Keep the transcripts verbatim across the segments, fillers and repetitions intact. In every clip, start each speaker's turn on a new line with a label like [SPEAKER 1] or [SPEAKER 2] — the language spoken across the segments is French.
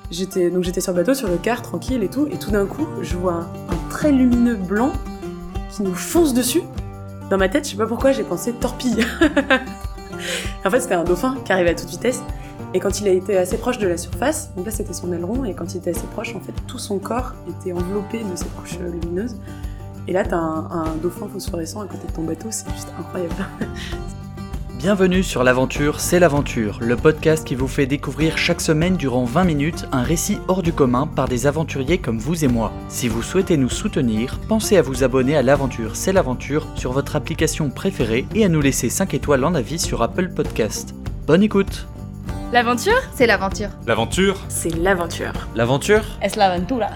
[SPEAKER 1] J'étais, donc j'étais sur le bateau, sur le quart, tranquille et tout, et tout d'un coup, je vois un, un trait lumineux blanc qui nous fonce dessus. Dans ma tête, je sais pas pourquoi, j'ai pensé torpille. En fait, c'était un dauphin qui arrivait à toute vitesse, et quand il a été assez proche de la surface, donc là c'était son aileron, et quand il était assez proche, en fait, tout son corps était enveloppé de cette couche lumineuse. Et là, t'as un, un dauphin phosphorescent à côté de ton bateau, c'est juste incroyable.
[SPEAKER 2] Bienvenue sur L'Aventure, c'est l'aventure, le podcast qui vous fait découvrir chaque semaine durant vingt minutes un récit hors du commun par des aventuriers comme vous et moi. Si vous souhaitez nous soutenir, pensez à vous abonner à L'Aventure, c'est l'aventure sur votre application préférée et à nous laisser cinq étoiles en avis sur Apple Podcast. Bonne écoute.
[SPEAKER 3] L'aventure, c'est l'aventure.
[SPEAKER 4] L'aventure,
[SPEAKER 1] C'est l'aventure.
[SPEAKER 2] L'aventure
[SPEAKER 3] Es la aventura.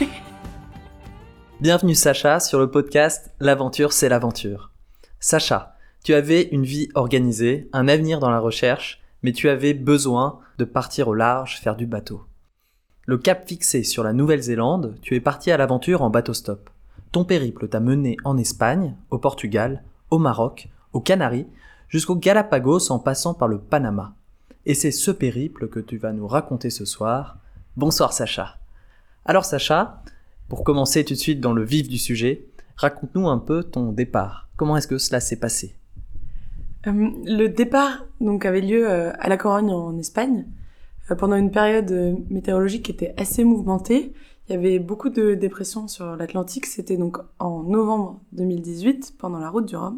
[SPEAKER 5] Bienvenue Sacha sur le podcast L'Aventure, c'est l'aventure. Sacha, tu avais une vie organisée, un avenir dans la recherche, mais tu avais besoin de partir au large, faire du bateau. Le cap fixé sur la Nouvelle-Zélande, tu es parti à l'aventure en bateau-stop. Ton périple t'a mené en Espagne, au Portugal, au Maroc, aux Canaries, jusqu'aux Galapagos en passant par le Panama. Et c'est ce périple que tu vas nous raconter ce soir. Bonsoir Sacha. Alors Sacha, pour commencer tout de suite dans le vif du sujet, raconte-nous un peu ton départ. Comment est-ce que cela s'est passé ?
[SPEAKER 1] Euh, le départ donc avait lieu euh, à La Corogne en Espagne euh, pendant une période euh, météorologique qui était assez mouvementée. Il y avait beaucoup de dépressions sur l'Atlantique. C'était donc en novembre deux mille dix-huit pendant la route du Rhum.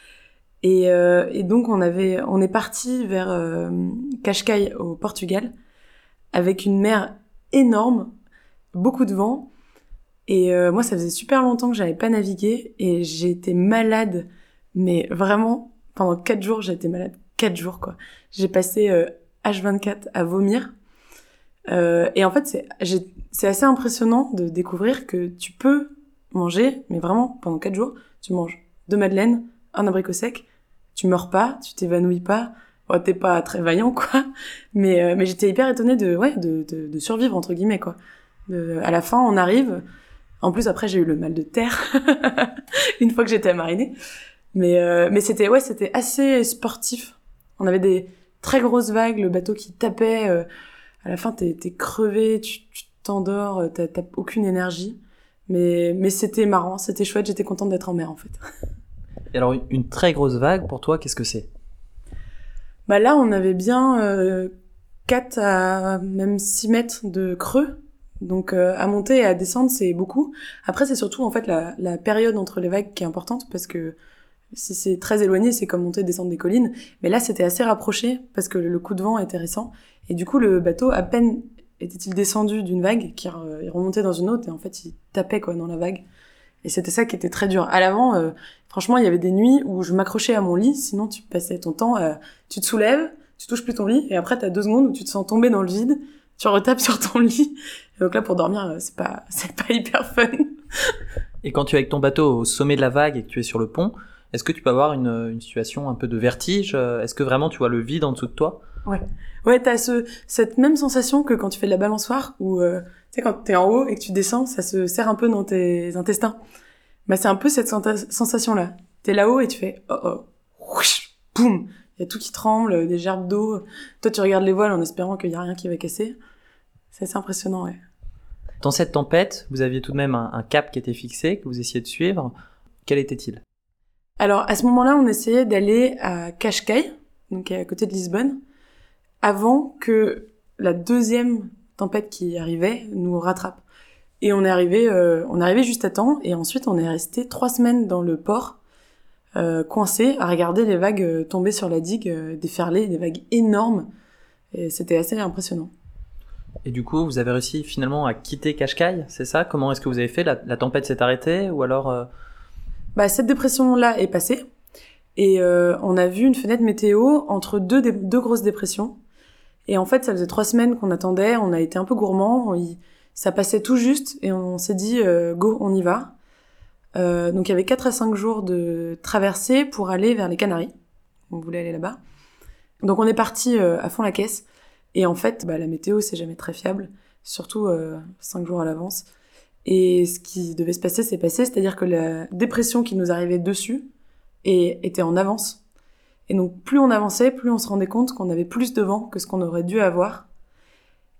[SPEAKER 1] Et, euh, et donc on avait, on est parti vers euh, Cascais au Portugal avec une mer énorme, beaucoup de vent. Et euh, moi, ça faisait super longtemps que j'avais pas navigué et j'ai été malade, mais vraiment. Pendant quatre jours, j'ai été malade. Quatre jours, quoi. J'ai passé euh, H vingt-quatre à vomir. Euh, et en fait, c'est, j'ai, c'est assez impressionnant de découvrir que tu peux manger, mais vraiment, pendant quatre jours, tu manges deux madeleines, un abricot sec, tu meurs pas, tu t'évanouis pas. Bon, t'es pas très vaillant, quoi. Mais, euh, mais j'étais hyper étonnée de, ouais, de, de, de survivre, entre guillemets, quoi. De, à la fin, on arrive. En plus, après, j'ai eu le mal de terre. Une fois que j'étais à mariner. Mais, euh, mais c'était, ouais, c'était assez sportif. On avait des très grosses vagues, le bateau qui tapait. Euh, à la fin, t'es, t'es crevé, tu, tu t'endors, t'as, t'as aucune énergie. Mais, mais c'était marrant, c'était chouette, j'étais contente d'être en mer, en fait.
[SPEAKER 5] Et alors, une très grosse vague, pour toi, qu'est-ce que c'est ?
[SPEAKER 1] Bah là, on avait bien euh, quatre à même six mètres de creux. Donc, euh, à monter et à descendre, c'est beaucoup. Après, c'est surtout, en fait, la, la période entre les vagues qui est importante, parce que si c'est très éloigné, c'est comme monter et descendre des collines. Mais là, c'était assez rapproché parce que le coup de vent était récent. Et du coup, le bateau, à peine était-il descendu d'une vague, qui remontait dans une autre, et en fait, il tapait quoi dans la vague. Et c'était ça qui était très dur. À l'avant, euh, franchement, il y avait des nuits où je m'accrochais à mon lit, sinon tu passais ton temps, euh, tu te soulèves, tu touches plus ton lit, et après, t'as deux secondes où tu te sens tomber dans le vide, tu retapes sur ton lit. Et donc là, pour dormir, c'est pas, c'est pas hyper fun.
[SPEAKER 5] Et quand tu es avec ton bateau au sommet de la vague et que tu es sur le pont, est-ce que tu peux avoir une, une situation un peu de vertige ? Est-ce que vraiment tu vois le vide en dessous de toi ?
[SPEAKER 1] Ouais. Ouais, t'as ce, cette même sensation que quand tu fais de la balançoire, où, euh, tu sais, quand t'es en haut et que tu descends, ça se serre un peu dans tes intestins. Bah, c'est un peu cette senta- sensation-là. T'es là-haut et tu fais, oh oh, whoosh, boum. Il y a tout qui tremble, des gerbes d'eau. Toi, tu regardes les voiles en espérant qu'il y a rien qui va casser. C'est assez impressionnant, ouais.
[SPEAKER 5] Dans cette tempête, vous aviez tout de même un, un cap qui était fixé, que vous essayez de suivre. Quel était-il ?
[SPEAKER 1] Alors, à ce moment-là, on essayait d'aller à Cascais, donc à côté de Lisbonne, avant que la deuxième tempête qui arrivait nous rattrape. Et on est arrivé, euh, on est arrivé juste à temps, et ensuite on est resté trois semaines dans le port, euh, coincé, à regarder les vagues euh, tomber sur la digue, euh, déferler, des vagues énormes. Et c'était assez impressionnant.
[SPEAKER 5] Et du coup, vous avez réussi finalement à quitter Cascais, c'est ça ? Comment est-ce que vous avez fait ? la, la tempête s'est arrêtée ou alors euh...
[SPEAKER 1] Bah, cette dépression-là est passée, et euh, on a vu une fenêtre météo entre deux, dé- deux grosses dépressions. Et en fait, ça faisait trois semaines qu'on attendait, on a été un peu gourmands, on, ça passait tout juste, et on s'est dit, euh, go, on y va. Euh, donc il y avait quatre à cinq jours de traversée pour aller vers les Canaries. On voulait aller là-bas. Donc on est parti euh, à fond la caisse, et en fait, bah, la météo, c'est jamais très fiable, surtout euh, cinq jours à l'avance. Et ce qui devait se passer, s'est passé, c'est-à-dire que la dépression qui nous arrivait dessus et, était en avance. Et donc, plus on avançait, plus on se rendait compte qu'on avait plus de vent que ce qu'on aurait dû avoir.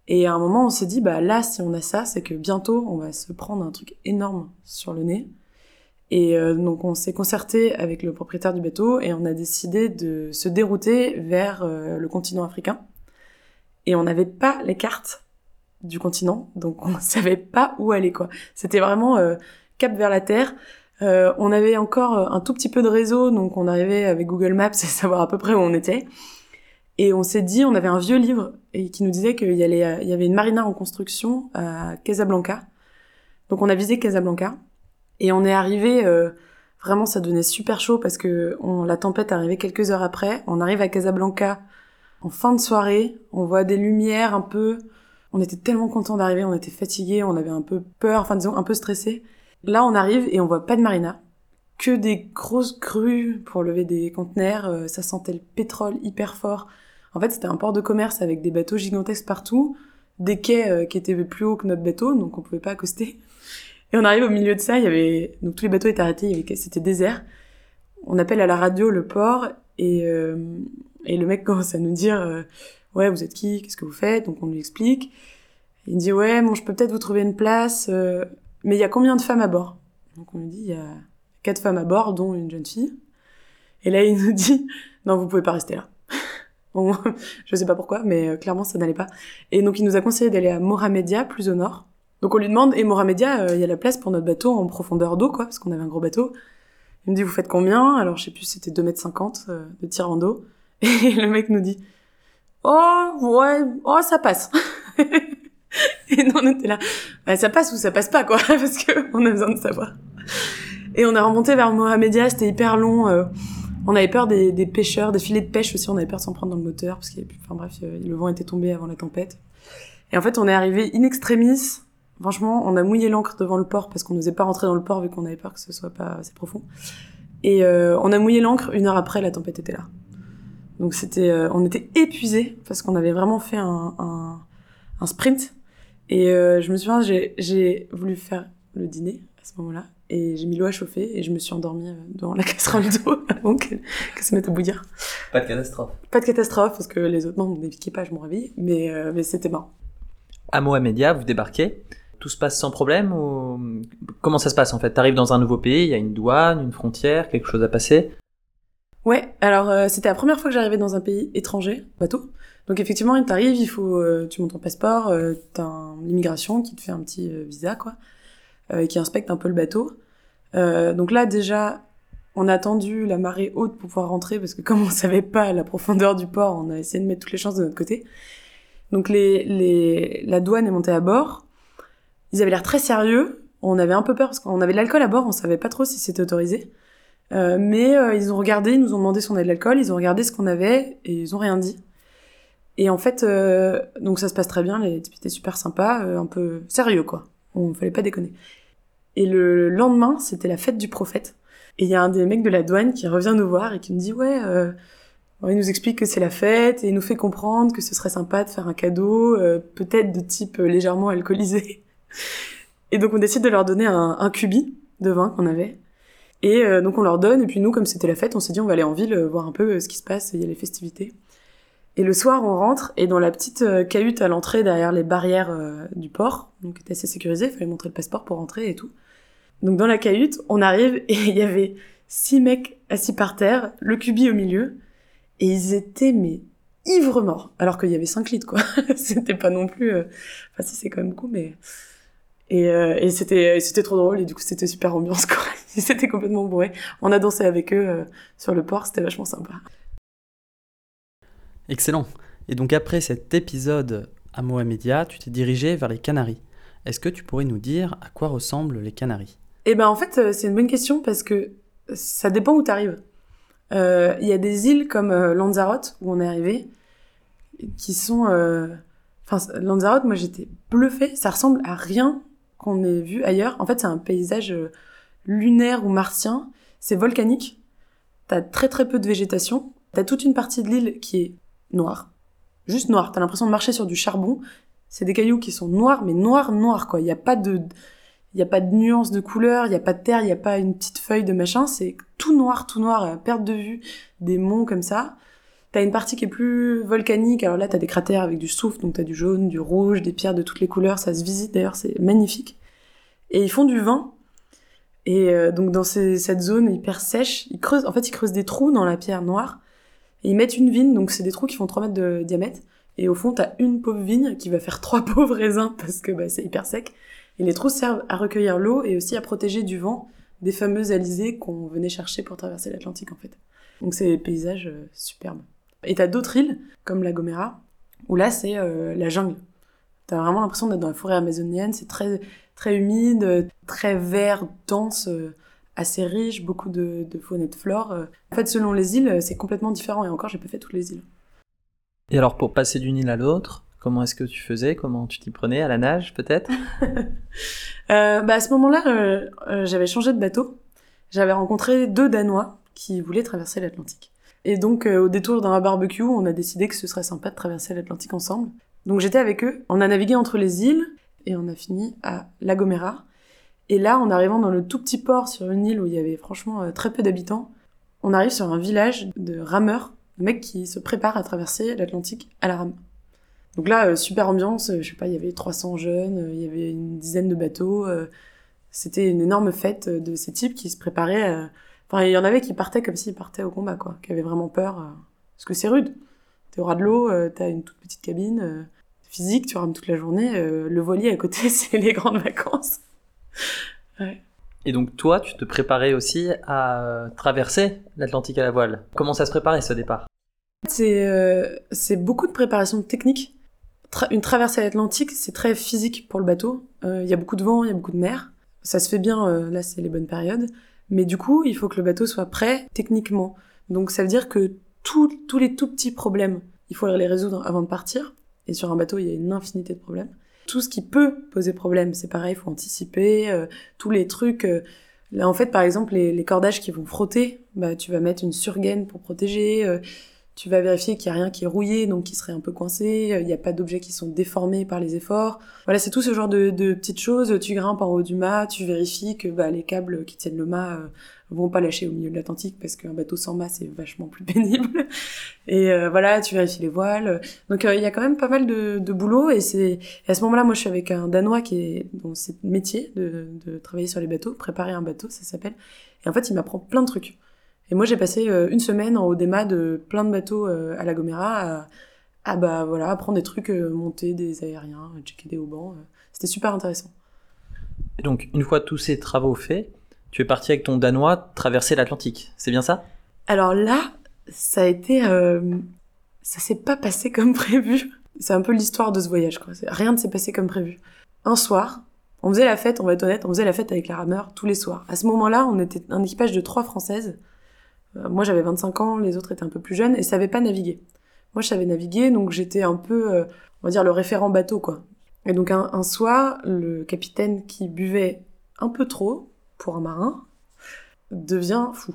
[SPEAKER 1] Et à un moment, on s'est dit, bah là, si on a ça, c'est que bientôt, on va se prendre un truc énorme sur le nez. Et euh, donc, on s'est concerté avec le propriétaire du bateau et on a décidé de se dérouter vers euh, le continent africain. Et on n'avait pas les cartes du continent, donc on savait pas où aller, quoi. C'était vraiment euh, cap vers la terre. Euh, on avait encore un tout petit peu de réseau, donc on arrivait avec Google Maps et savoir à peu près où on était. Et on s'est dit, on avait un vieux livre et qui nous disait qu'il y, allait, il y avait une marina en construction à Casablanca. Donc on a visité Casablanca et on est arrivé, euh, vraiment ça devenait super chaud parce que on, la tempête arrivait quelques heures après. On arrive à Casablanca en fin de soirée, on voit des lumières un peu. On était tellement contents d'arriver, on était fatigués, on avait un peu peur, enfin disons un peu stressés. Là on arrive et on voit pas de marina, que des grosses grues pour lever des conteneurs, euh, ça sentait le pétrole hyper fort. En fait, c'était un port de commerce avec des bateaux gigantesques partout, des quais euh, qui étaient plus hauts que notre bateau, donc on pouvait pas accoster. Et on arrive au milieu de ça, il y avait donc tous les bateaux étaient arrêtés, il y avait... c'était désert. On appelle à la radio le port et euh... et le mec commence à nous dire euh... ouais, vous êtes qui, qu'est-ce que vous faites? Donc on lui explique. Il dit ouais, bon, je peux peut-être vous trouver une place, euh... mais il y a combien de femmes à bord? Donc on lui dit il y a quatre femmes à bord, dont une jeune fille. Et là il nous dit non, vous pouvez pas rester là. Bon, je sais pas pourquoi, mais euh, clairement ça n'allait pas. Et donc il nous a conseillé d'aller à Mohamedia, plus au nord. Donc on lui demande, et Mohamedia, il euh, y a la place pour notre bateau en profondeur d'eau, quoi, parce qu'on avait un gros bateau. Il me dit, vous faites combien? Alors je sais plus, c'était deux mètres cinquante euh, de tir en d'eau. Et le mec nous dit, oh, ouais, oh, ça passe. Et nous on était là, bah, ça passe ou ça passe pas, quoi, parce que on a besoin de savoir. Et on a remonté vers Mohamedia, c'était hyper long, euh, on avait peur des, des pêcheurs, des filets de pêche aussi, on avait peur de s'en prendre dans le moteur, parce qu'il y avait plus... Enfin bref, le vent était tombé avant la tempête. Et en fait, on est arrivé in extremis. Franchement, on a mouillé l'ancre devant le port, parce qu'on n'osait pas rentrer dans le port, vu qu'on avait peur que ce soit pas assez profond. Et euh, on a mouillé l'ancre, une heure après, la tempête était là. Donc c'était... Euh, on était épuisés, parce qu'on avait vraiment fait un, un, un sprint. Et euh, je me souviens, j'ai, j'ai voulu faire le dîner, à ce moment-là. Et j'ai mis l'eau à chauffer et je me suis endormie devant la casserole d'eau avant que, que ça mette à bouillir.
[SPEAKER 5] Pas de catastrophe.
[SPEAKER 1] Pas de catastrophe, parce que les autres membres d'équipage m'ont réveillée, mais, euh, mais c'était marrant.
[SPEAKER 5] À Mohamedia, vous débarquez, tout se passe sans problème ou... Comment ça se passe en fait? T'arrives dans un nouveau pays, il y a une douane, une frontière, quelque chose à passer?
[SPEAKER 1] Ouais, alors euh, c'était la première fois que j'arrivais dans un pays étranger, bateau. Donc effectivement, t'arrives, il faut, euh, tu montes ton passeport, euh, t'as un, l'immigration qui te fait un petit euh, visa, quoi. Euh, qui inspecte un peu le bateau. Euh, donc là, déjà, on a attendu la marée haute pour pouvoir rentrer, parce que comme on savait pas la profondeur du port, on a essayé de mettre toutes les chances de notre côté. Donc les, les, la douane est montée à bord. Ils avaient l'air très sérieux. On avait un peu peur, parce qu'on avait de l'alcool à bord, on savait pas trop si c'était autorisé. Euh, mais euh, ils ont regardé, ils nous ont demandé si on avait de l'alcool, ils ont regardé ce qu'on avait, et ils ont rien dit. Et en fait, euh, donc ça se passe très bien, les types étaient super sympas, euh, un peu sérieux, quoi. On fallait pas déconner. Et le lendemain, c'était la fête du prophète. Et il y a un des mecs de la douane qui revient nous voir et qui nous dit « Ouais, euh... », il nous explique que c'est la fête et il nous fait comprendre que ce serait sympa de faire un cadeau, euh, peut-être de type légèrement alcoolisé. Et donc on décide de leur donner un, un cubi de vin qu'on avait. Et euh, donc on leur donne, et puis nous, comme c'était la fête, on s'est dit on va aller en ville euh, voir un peu euh, ce qui se passe, il y a les festivités. Et le soir, on rentre, et dans la petite euh, cahute à l'entrée, derrière les barrières euh, du port, donc qui était assez sécurisé, il fallait montrer le passeport pour rentrer et tout. Donc dans la cahute, on arrive, et il y avait six mecs assis par terre, le cubi au milieu, et ils étaient, mais, ivres morts, alors qu'il y avait cinq litres, quoi. C'était pas non plus... Euh... Enfin si, c'est quand même beaucoup, mais... Et, euh, et c'était, c'était trop drôle, et du coup c'était super ambiance, quoi. C'était complètement bourré. On a dansé avec eux euh, sur le port, c'était vachement sympa.
[SPEAKER 2] Excellent. Et donc après cet épisode à Mohamedia, tu t'es dirigé vers les Canaries. Est-ce que tu pourrais nous dire à quoi ressemblent les Canaries?
[SPEAKER 1] Eh ben en fait, c'est une bonne question parce que ça dépend où t'arrives. Il euh, y a des îles comme euh, Lanzarote, où on est arrivé, qui sont... Euh... Enfin, Lanzarote, moi j'étais bluffée, ça ressemble à rien qu'on ait vu ailleurs. En fait, c'est un paysage euh, lunaire ou martien, c'est volcanique, t'as très très peu de végétation, t'as toute une partie de l'île qui est noire, juste noire, t'as l'impression de marcher sur du charbon, c'est des cailloux qui sont noirs, mais noirs, noirs, quoi, il y a pas de... Il y a pas de nuance de couleur, il y a pas de terre, il y a pas une petite feuille de machin, c'est tout noir, tout noir, à perte de vue, des monts comme ça. T'as une partie qui est plus volcanique, alors là t'as des cratères avec du soufre, donc t'as du jaune, du rouge, des pierres de toutes les couleurs, ça se visite d'ailleurs, c'est magnifique. Et ils font du vin, et euh, donc dans ces, cette zone hyper sèche, ils creusent, en fait ils creusent des trous dans la pierre noire, et ils mettent une vigne, donc c'est des trous qui font trois mètres de diamètre, et au fond t'as une pauvre vigne qui va faire trois pauvres raisins, parce que bah, c'est hyper sec. Et les trous servent à recueillir l'eau, et aussi à protéger du vent des fameuses alizés qu'on venait chercher pour traverser l'Atlantique en fait. Donc c'est des paysages euh, superbes. Et t'as d'autres îles, comme La Gomera, où là, c'est euh, la jungle. T'as vraiment l'impression d'être dans la forêt amazonienne, c'est très, très humide, très vert, dense, euh, assez riche, beaucoup de, de faune et de flore. En fait, selon les îles, c'est complètement différent, et encore, j'ai pas fait toutes les îles.
[SPEAKER 5] Et alors, pour passer d'une île à l'autre, comment est-ce que tu faisais ? Comment tu t'y prenais ? À la nage, peut-être ?
[SPEAKER 1] euh, bah, À ce moment-là, euh, euh, j'avais changé de bateau. J'avais rencontré deux Danois qui voulaient traverser l'Atlantique. Et donc, euh, au détour d'un barbecue, on a décidé que ce serait sympa de traverser l'Atlantique ensemble. Donc j'étais avec eux, on a navigué entre les îles, et on a fini à La Gomera. Et là, en arrivant dans le tout petit port sur une île où il y avait franchement euh, très peu d'habitants, on arrive sur un village de rameurs, de mecs qui se préparent à traverser l'Atlantique à la rame. Donc là, euh, super ambiance, euh, je sais pas, il y avait trois cents jeunes, euh, il y avait une dizaine de bateaux, euh, c'était une énorme fête de ces types qui se préparaient... Euh, Enfin, il y en avait qui partaient comme s'ils partaient au combat, quoi, qui avaient vraiment peur, euh, parce que c'est rude. T'es au ras de l'eau, euh, t'as une toute petite cabine, euh, physique, tu rames toute la journée, euh, le voilier à côté, c'est les grandes vacances. Ouais.
[SPEAKER 5] Et donc toi, tu te préparais aussi à euh, traverser l'Atlantique à la voile. Comment ça se préparait ce départ ?
[SPEAKER 1] C'est, euh, c'est beaucoup de préparation technique. Tra- une traversée à l'Atlantique, c'est très physique pour le bateau. Il euh, y a beaucoup de vent, il y a beaucoup de mer. Ça se fait bien, euh, là c'est les bonnes périodes. Mais du coup, il faut que le bateau soit prêt techniquement. Donc ça veut dire que tous tous les tout petits problèmes, il faut les résoudre avant de partir. Et sur un bateau, il y a une infinité de problèmes. Tout ce qui peut poser problème, c'est pareil, il faut anticiper. Euh, tous les trucs... Euh, là, en fait, par exemple, les, les cordages qui vont frotter, bah, tu vas mettre une surgaine pour protéger. Euh, tu vas vérifier qu'il n'y a rien qui est rouillé, donc qui serait un peu coincé. Il n'y a pas d'objets qui sont déformés par les efforts. Voilà, c'est tout ce genre de, de petites choses. Tu grimpes en haut du mât, tu vérifies que bah, les câbles qui tiennent le mât euh, vont pas lâcher au milieu de l'Atlantique, parce qu'un bateau sans mât, c'est vachement plus pénible. Et euh, voilà, tu vérifies les voiles. Donc il euh, y a quand même pas mal de, de boulot. Et, c'est... et à ce moment-là, moi, je suis avec un Danois qui est dont c'est le métier de, de travailler sur les bateaux, préparer un bateau, ça s'appelle. Et en fait, il m'apprend plein de trucs. Et moi, j'ai passé euh, une semaine en haut des mâts de plein de bateaux euh, à La Gomera à, à bah, voilà, apprendre des trucs, euh, monter des aériens, checker des haubans. Euh. C'était super intéressant.
[SPEAKER 5] Et donc, une fois tous ces travaux faits, tu es parti avec ton Danois traverser l'Atlantique. C'est bien ça ?
[SPEAKER 1] Alors là, ça a été... Euh, ça s'est pas passé comme prévu. C'est un peu l'histoire de ce voyage, quoi. Rien ne s'est passé comme prévu. Un soir, on faisait la fête, on va être honnête, on faisait la fête avec la rameur tous les soirs. À ce moment-là, on était un équipage de trois Françaises. Moi, j'avais vingt-cinq ans, les autres étaient un peu plus jeunes et savaient pas naviguer. Moi, je savais naviguer, donc j'étais un peu, euh, on va dire, le référent bateau, quoi. Et donc, un, un soir, le capitaine qui buvait un peu trop, pour un marin, devient fou.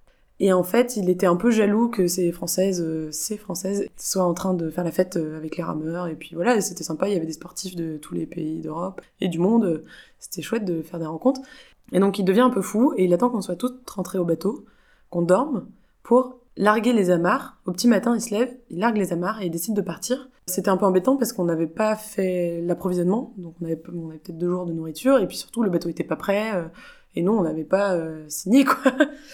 [SPEAKER 1] Et en fait, il était un peu jaloux que ces Françaises, euh, ces Françaises soient en train de faire la fête avec les rameurs. Et puis voilà, c'était sympa, il y avait des sportifs de tous les pays d'Europe et du monde. C'était chouette de faire des rencontres. Et donc, il devient un peu fou et il attend qu'on soit toutes rentrées au bateau, qu'on dorme, pour larguer les amarres. Au petit matin, il se lève, il largue les amarres et il décide de partir. C'était un peu embêtant parce qu'on n'avait pas fait l'approvisionnement, donc on avait, on avait peut-être deux jours de nourriture, et puis surtout, le bateau était pas prêt, euh, et nous, on n'avait pas euh, signé, quoi.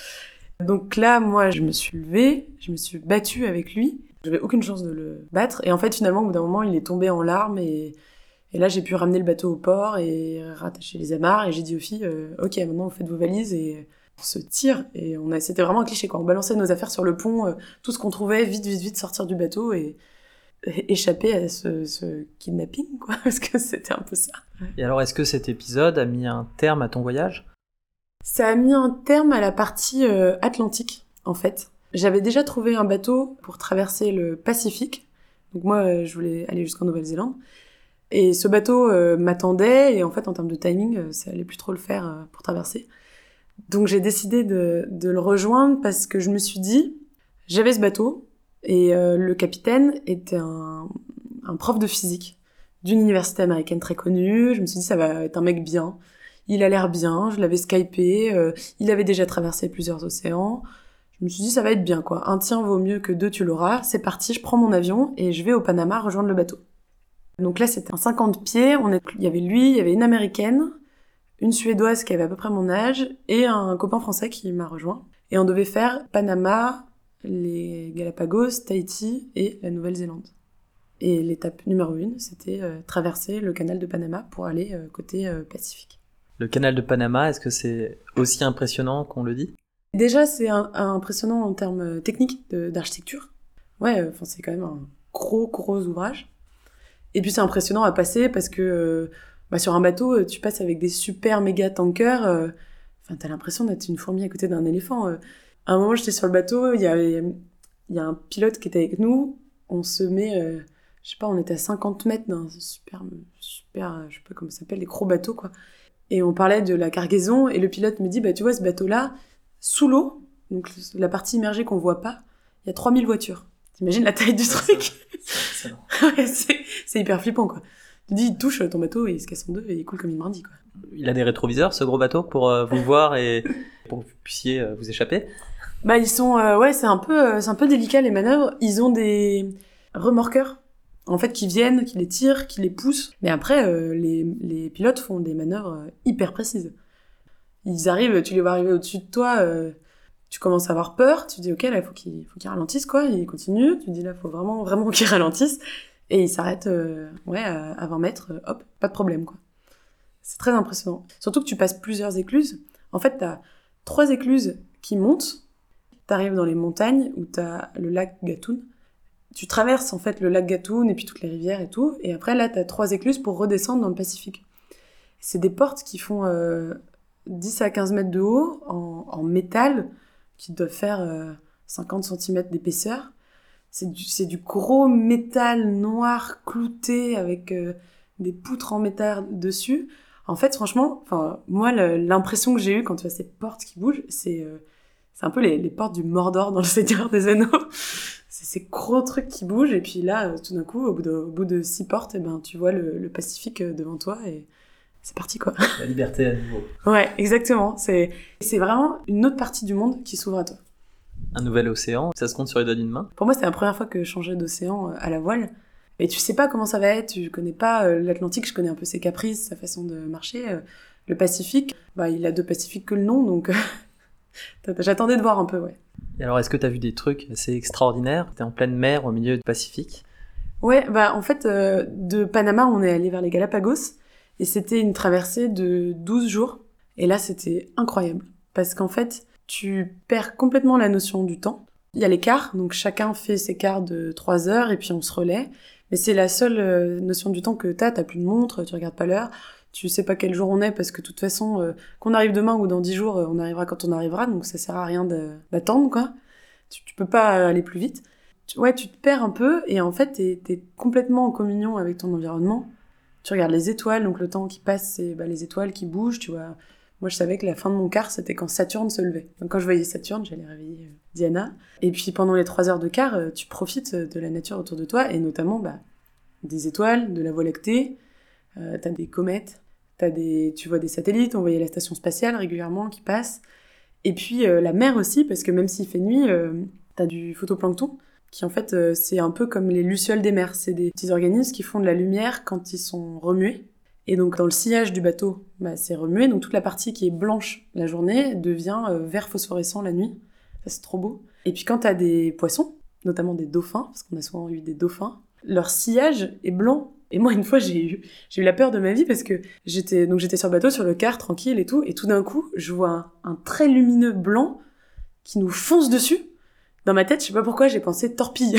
[SPEAKER 1] Donc là, moi, je me suis levée, je me suis battue avec lui. J'avais aucune chance de le battre, et en fait, finalement, au bout d'un moment, il est tombé en larmes, et, et là, j'ai pu ramener le bateau au port et rattacher les amarres, et j'ai dit aux filles, euh, « Ok, maintenant, vous faites vos valises, et... » on se tire, et on a, c'était vraiment un cliché, quoi. On balançait nos affaires sur le pont, euh, tout ce qu'on trouvait, vite, vite, vite, sortir du bateau et, et échapper à ce, ce kidnapping, quoi, parce que c'était un peu ça.
[SPEAKER 5] Et alors, est-ce que cet épisode a mis un terme à ton voyage ?
[SPEAKER 1] Ça a mis un terme à la partie euh, atlantique, en fait. J'avais déjà trouvé un bateau pour traverser le Pacifique, donc moi, euh, je voulais aller jusqu'en Nouvelle-Zélande, et ce bateau euh, m'attendait, et en fait, en termes de timing, euh, ça allait plus trop le faire euh, pour traverser. Donc j'ai décidé de, de le rejoindre parce que je me suis dit, j'avais ce bateau et euh, le capitaine était un, un prof de physique d'une université américaine très connue. Je me suis dit, ça va être un mec bien. Il a l'air bien, je l'avais skypé, euh, il avait déjà traversé plusieurs océans. Je me suis dit, ça va être bien, quoi. Un tien vaut mieux que deux, tu l'auras. C'est parti, je prends mon avion et je vais au Panama rejoindre le bateau. Donc là, c'était un cinquante pieds. On est... Il y avait lui, il y avait une Américaine, une Suédoise qui avait à peu près mon âge et un copain français qui m'a rejoint. Et on devait faire Panama, les Galapagos, Tahiti et la Nouvelle-Zélande. Et l'étape numéro une, c'était euh, traverser le canal de Panama pour aller euh, côté euh, Pacifique.
[SPEAKER 5] Le canal de Panama, est-ce que c'est aussi impressionnant qu'on le dit ?
[SPEAKER 1] Déjà, c'est un, un impressionnant en termes techniques de, d'architecture. Ouais, euh, c'est quand même un gros, gros ouvrage. Et puis c'est impressionnant à passer parce que euh, bah, sur un bateau, tu passes avec des super méga tankers. Euh, enfin, t'as l'impression d'être une fourmi à côté d'un éléphant. Euh. À un moment, j'étais sur le bateau, il y avait, il y a un pilote qui était avec nous. On se met, euh, je sais pas, on était à cinquante mètres d'un super, super, je sais pas comment ça s'appelle, les gros bateaux, quoi. Et on parlait de la cargaison, et le pilote me dit, bah tu vois, ce bateau-là, sous l'eau, donc la partie immergée qu'on voit pas, il y a trois mille voitures. T'imagines la taille du truc ? Ouais, c'est, c'est hyper flippant, quoi. Tu dis, il touche ton bateau, et il se casse en deux, et il coule comme une brindille, quoi.
[SPEAKER 5] Il a des rétroviseurs, ce gros bateau, pour euh, vous voir et pour que vous puissiez euh, vous échapper ?
[SPEAKER 1] Bah, ils sont, euh, ouais, c'est un peu, euh, c'est un peu délicat, les manœuvres. Ils ont des remorqueurs, en fait, qui viennent, qui les tirent, qui les poussent. Mais après, euh, les, les pilotes font des manœuvres euh, hyper précises. Ils arrivent, tu les vois arriver au-dessus de toi, euh, tu commences à avoir peur, tu dis, ok, là, il faut qu'ils, faut qu'ils ralentissent, quoi. Ils continuent, tu dis, là, il faut vraiment, vraiment qu'ils ralentissent. Et ils s'arrêtent, euh, ouais, à, à vingt mètres, euh, hop, pas de problème, quoi. C'est très impressionnant. Surtout que tu passes plusieurs écluses. En fait, t'as trois écluses qui montent. T'arrives dans les montagnes où t'as le lac Gatun. Tu traverses en fait le lac Gatun et puis toutes les rivières et tout. Et après là, t'as trois écluses pour redescendre dans le Pacifique. C'est des portes qui font euh, dix à quinze mètres de haut en, en métal, qui doivent faire euh, cinquante centimètres d'épaisseur. C'est du, c'est du gros métal noir clouté avec euh, des poutres en métal dessus. En fait, franchement, enfin moi, le, l'impression que j'ai eue quand tu vois ces portes qui bougent, c'est euh, C'est un peu les, les portes du Mordor dans le Seigneur des Anneaux. C'est ces gros trucs qui bougent, et puis là, euh, tout d'un coup, au bout de, au bout de six portes, eh ben, tu vois le, le Pacifique devant toi, et c'est parti, quoi.
[SPEAKER 5] La liberté à nouveau.
[SPEAKER 1] Ouais, exactement. C'est, c'est vraiment une autre partie du monde qui s'ouvre à toi.
[SPEAKER 5] Un nouvel océan, ça se compte sur les doigts d'une main.
[SPEAKER 1] Pour moi, c'est la première fois que je changeais d'océan à la voile. Et tu sais pas comment ça va être, tu connais pas euh, l'Atlantique, je connais un peu ses caprices, sa façon de marcher. Euh, le Pacifique, bah, il a deux Pacifiques que le nom, donc... J'attendais de voir un peu, ouais.
[SPEAKER 5] Et alors, est-ce que tu as vu des trucs assez extraordinaires ? Tu es en pleine mer, au milieu du Pacifique ?
[SPEAKER 1] Ouais, bah en fait, euh, de Panama, on est allé vers les Galapagos, et c'était une traversée de douze jours. Et là, c'était incroyable, parce qu'en fait, tu perds complètement la notion du temps. Il y a les quarts, donc chacun fait ses quarts de trois heures, et puis on se relaie. Mais c'est la seule euh, notion du temps que t'as, t'as plus de montre, tu regardes pas l'heure. Tu sais pas quel jour on est, parce que de toute façon, euh, qu'on arrive demain ou dans dix jours, euh, on arrivera quand on arrivera, donc ça sert à rien de, d'attendre, quoi. Tu, tu peux pas aller plus vite. Tu, ouais, tu te perds un peu, et en fait, t'es, t'es complètement en communion avec ton environnement. Tu regardes les étoiles, donc le temps qui passe, c'est bah, les étoiles qui bougent, tu vois. Moi, je savais que la fin de mon quart, c'était quand Saturne se levait. Donc quand je voyais Saturne, j'allais réveiller euh, Diana. Et puis pendant les trois heures de quart, euh, tu profites de la nature autour de toi, et notamment bah, des étoiles, de la Voie lactée, euh, t'as des comètes, T'as des, tu vois des satellites, on voyait la station spatiale régulièrement qui passe. Et puis euh, la mer aussi, parce que même s'il fait nuit, euh, t'as du phytoplancton, qui en fait, euh, c'est un peu comme les lucioles des mers. C'est des petits organismes qui font de la lumière quand ils sont remués. Et donc dans le sillage du bateau, bah, c'est remué, donc toute la partie qui est blanche la journée devient euh, vert phosphorescent la nuit. Ça, c'est trop beau. Et puis quand t'as des poissons, notamment des dauphins, parce qu'on a souvent eu des dauphins, leur sillage est blanc. Et moi, une fois, j'ai eu, j'ai eu la peur de ma vie parce que j'étais, donc j'étais sur le bateau, sur le quart, tranquille et tout, et tout d'un coup, je vois un, un trait lumineux blanc qui nous fonce dessus. Dans ma tête, je sais pas pourquoi, j'ai pensé torpille.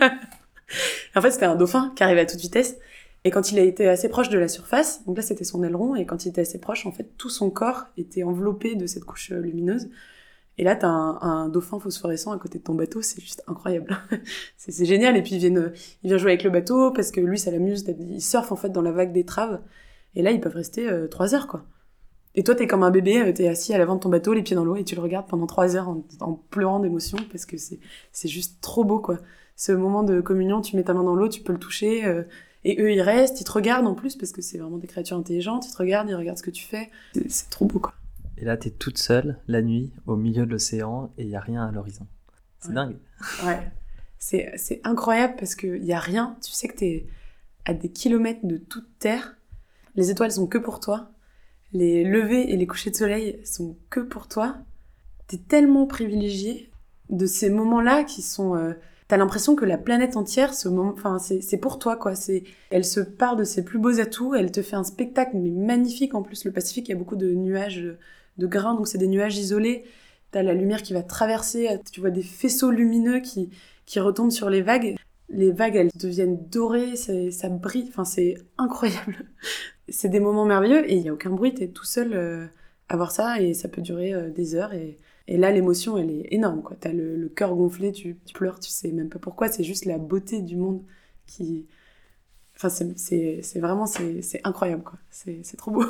[SPEAKER 1] En fait, c'était un dauphin qui arrivait à toute vitesse, et quand il a été assez proche de la surface, donc là, c'était son aileron, et quand il était assez proche, en fait, tout son corps était enveloppé de cette couche lumineuse. Et là, t'as un, un dauphin phosphorescent à côté de ton bateau, c'est juste incroyable. c'est, c'est génial. Et puis, il vient, il vient jouer avec le bateau, parce que lui, ça l'amuse. Il surfe, en fait, dans la vague d'étrave. Et là, ils peuvent rester euh, trois heures, quoi. Et toi, t'es comme un bébé, euh, t'es assis à l'avant de ton bateau, les pieds dans l'eau, et tu le regardes pendant trois heures en, en pleurant d'émotion, parce que c'est, c'est juste trop beau, quoi. Ce moment de communion, tu mets ta main dans l'eau, tu peux le toucher, euh, et eux, ils restent, ils te regardent en plus, parce que c'est vraiment des créatures intelligentes, ils te regardent, ils regardent ce que tu fais. C'est, c'est trop beau, quoi.
[SPEAKER 5] Et là, t'es toute seule, la nuit, au milieu de l'océan, et il n'y a rien à l'horizon. C'est
[SPEAKER 1] ouais.
[SPEAKER 5] dingue.
[SPEAKER 1] Ouais, c'est, c'est incroyable parce qu'il n'y a rien. Tu sais que t'es à des kilomètres de toute terre. Les étoiles sont que pour toi. Les levées et les couchers de soleil sont que pour toi. T'es tellement privilégié de ces moments-là qui sont... Euh, t'as l'impression que la planète entière, ce moment, enfin, c'est, c'est pour toi, quoi. C'est, elle se part de ses plus beaux atouts, elle te fait un spectacle, mais magnifique. En plus, le Pacifique, il y a beaucoup de nuages, de grains, donc c'est des nuages isolés. T'as la lumière qui va traverser, tu vois des faisceaux lumineux qui, qui retombent sur les vagues. Les vagues, elles deviennent dorées, ça, ça brille, enfin, c'est incroyable. C'est des moments merveilleux et il n'y a aucun bruit, t'es tout seul euh, à voir ça et ça peut durer euh, des heures. Et, et là, l'émotion, elle est énorme, quoi. T'as le, le cœur gonflé, tu, tu pleures, tu sais même pas pourquoi, c'est juste la beauté du monde qui... Enfin, c'est, c'est, c'est vraiment, c'est, c'est incroyable, quoi. C'est, c'est trop beau.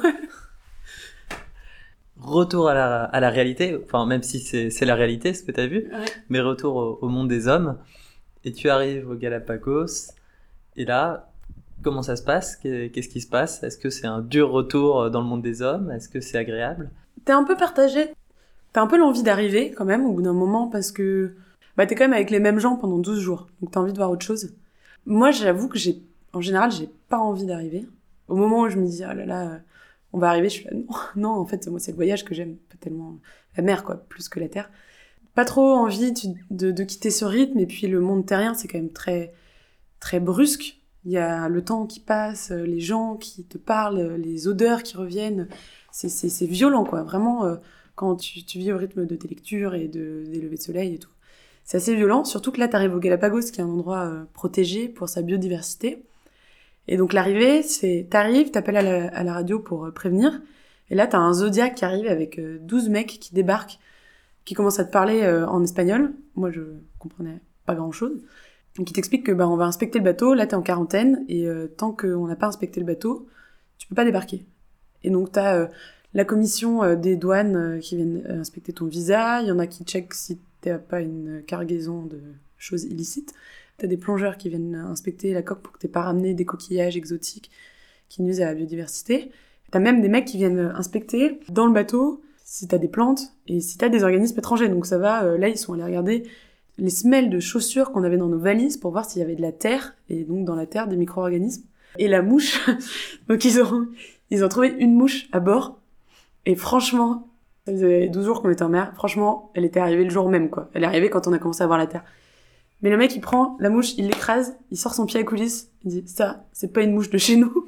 [SPEAKER 5] Retour à la, à la réalité, enfin même si c'est, c'est la réalité ce que tu as vu,
[SPEAKER 1] Ouais.
[SPEAKER 5] mais retour au, au monde des hommes, et tu arrives aux Galapagos, et là, comment ça se passe ? Qu'est-ce qui se passe ? Est-ce que c'est un dur retour dans le monde des hommes ? Est-ce que c'est agréable ?
[SPEAKER 1] T'es un peu partagé, t'as un peu l'envie d'arriver quand même au bout d'un moment parce que bah, t'es quand même avec les mêmes gens pendant douze jours, donc t'as envie de voir autre chose. Moi j'avoue que j'ai, en général j'ai pas envie d'arriver. Au moment où je me dis oh là là, on va arriver, je suis là, non, non, en fait, moi, c'est le voyage que j'aime, pas tellement la mer, quoi, plus que la terre. Pas trop envie tu, de, de quitter ce rythme, et puis le monde terrien, c'est quand même très, très brusque. Il y a le temps qui passe, les gens qui te parlent, les odeurs qui reviennent. C'est, c'est, c'est violent, quoi, vraiment, euh, quand tu, tu vis au rythme de tes lectures et de, des levées de soleil et tout. C'est assez violent, surtout que là, t'arrives au Galapagos, qui est un endroit euh, protégé pour sa biodiversité. Et donc l'arrivée, c'est t'arrives, t'appelles à la, à la radio pour euh, prévenir, et là t'as un Zodiac qui arrive avec euh, douze mecs qui débarquent, qui commencent à te parler euh, en espagnol. Moi je comprenais pas grand chose. Donc qui t'expliquent que bah on va inspecter le bateau, là t'es en quarantaine, et euh, tant qu'on n'a pas inspecté le bateau, tu peux pas débarquer. Et donc t'as euh, la commission euh, des douanes euh, qui viennent euh, inspecter ton visa, il y en a qui checkent si t'as pas une cargaison de choses illicites. T'as des plongeurs qui viennent inspecter la coque pour que t'aies pas ramené des coquillages exotiques qui nuisent à la biodiversité. T'as même des mecs qui viennent inspecter dans le bateau si t'as des plantes et si t'as des organismes étrangers. Donc ça va, euh, là ils sont allés regarder les semelles de chaussures qu'on avait dans nos valises pour voir s'il y avait de la terre, et donc dans la terre des micro-organismes. Et la mouche, donc ils ont, ils ont trouvé une mouche à bord, et franchement, ça faisait douze jours qu'on était en mer, franchement, elle était arrivée le jour même, quoi. Elle est arrivée quand on a commencé à voir la terre. Mais le mec, il prend la mouche, il l'écrase, il sort son pied à coulisse, il dit « ça, c'est pas une mouche de chez nous,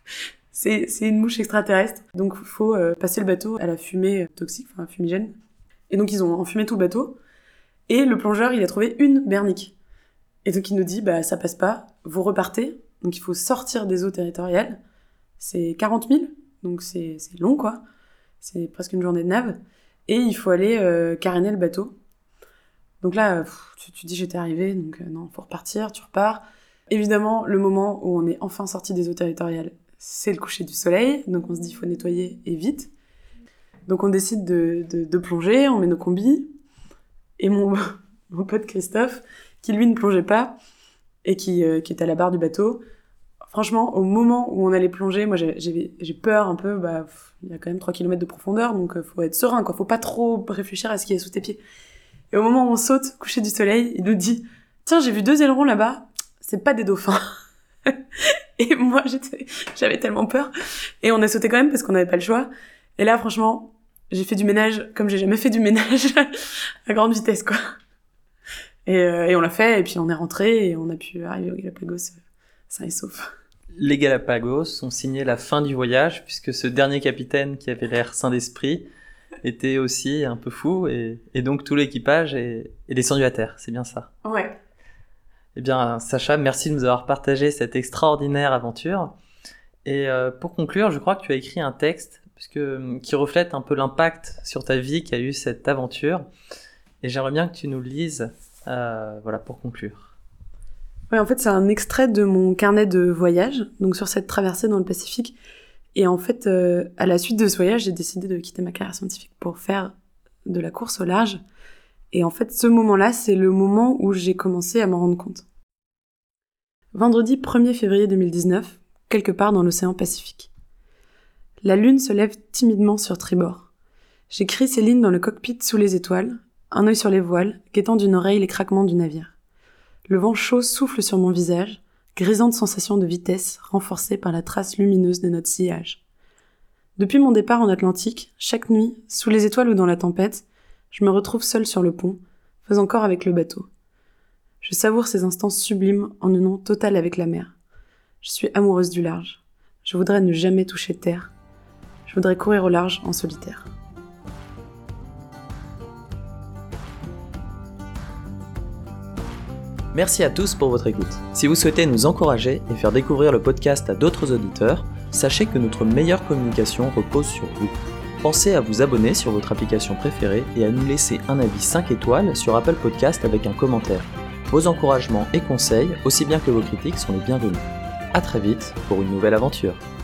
[SPEAKER 1] c'est, c'est une mouche extraterrestre ». Donc, il faut euh, passer le bateau à la fumée toxique, enfin fumigène. Et donc, ils ont enfumé tout le bateau. Et le plongeur, il a trouvé une bernique. Et donc, il nous dit « bah, ça passe pas, vous repartez ». Donc, il faut sortir des eaux territoriales. C'est quarante milles, donc c'est, c'est long, quoi. C'est presque une journée de nave. Et il faut aller euh, caréner le bateau. Donc là, pff, tu, tu dis j'étais arrivée, donc euh, non, faut repartir, tu repars. Évidemment, le moment où on est enfin sorti des eaux territoriales, c'est le coucher du soleil, donc on se dit il faut nettoyer et vite. Donc on décide de, de, de plonger, on met nos combis, et mon, mon pote Christophe, qui lui ne plongeait pas, et qui, euh, qui était à la barre du bateau, franchement, au moment où on allait plonger, moi j'ai, j'ai, j'ai peur un peu, bah, il y a quand même trois kilomètres de profondeur, donc euh, faut être serein, quoi, faut pas trop réfléchir à ce qui est sous tes pieds. Et au moment où on saute, coucher du soleil, il nous dit « Tiens, j'ai vu deux ailerons là-bas, c'est pas des dauphins. » Et moi, j'étais, j'avais tellement peur. Et on a sauté quand même parce qu'on n'avait pas le choix. Et là, franchement, j'ai fait du ménage comme j'ai jamais fait du ménage à grande vitesse, quoi. Et, euh, et on l'a fait, et puis on est rentré, et on a pu arriver au Galapagos sain et sauf.
[SPEAKER 5] Les Galapagos ont signé la fin du voyage, puisque ce dernier capitaine qui avait l'air sain d'esprit était aussi un peu fou, et, et donc tout l'équipage est, est descendu à terre, c'est bien ça.
[SPEAKER 1] Ouais.
[SPEAKER 5] Eh bien, Sacha, merci de nous avoir partagé cette extraordinaire aventure. Et euh, pour conclure, je crois que tu as écrit un texte puisque, qui reflète un peu l'impact sur ta vie qu'a eu cette aventure. Et j'aimerais bien que tu nous le lises, euh, voilà, pour conclure.
[SPEAKER 1] Ouais, en fait, c'est un extrait de mon carnet de voyage, donc sur cette traversée dans le Pacifique. Et en fait, euh, à la suite de ce voyage, j'ai décidé de quitter ma carrière scientifique pour faire de la course au large. Et en fait, ce moment-là, c'est le moment où j'ai commencé à m'en rendre compte. Vendredi premier février deux mille dix-neuf, quelque part dans l'océan Pacifique. La lune se lève timidement sur tribord. J'écris ces lignes dans le cockpit sous les étoiles, un œil sur les voiles, guettant d'une oreille les craquements du navire. Le vent chaud souffle sur mon visage, grisante sensation de vitesse renforcée par la trace lumineuse de notre sillage. Depuis mon départ en Atlantique, chaque nuit, sous les étoiles ou dans la tempête, je me retrouve seule sur le pont, faisant corps avec le bateau. Je savoure ces instants sublimes en union totale avec la mer. Je suis amoureuse du large. Je voudrais ne jamais toucher terre. Je voudrais courir au large en solitaire.
[SPEAKER 5] Merci à tous pour votre écoute. Si vous souhaitez nous encourager et faire découvrir le podcast à d'autres auditeurs, sachez que notre meilleure communication repose sur vous. Pensez à vous abonner sur votre application préférée et à nous laisser un avis cinq étoiles sur Apple Podcast avec un commentaire. Vos encouragements et conseils, aussi bien que vos critiques, sont les bienvenus. À très vite pour une nouvelle aventure.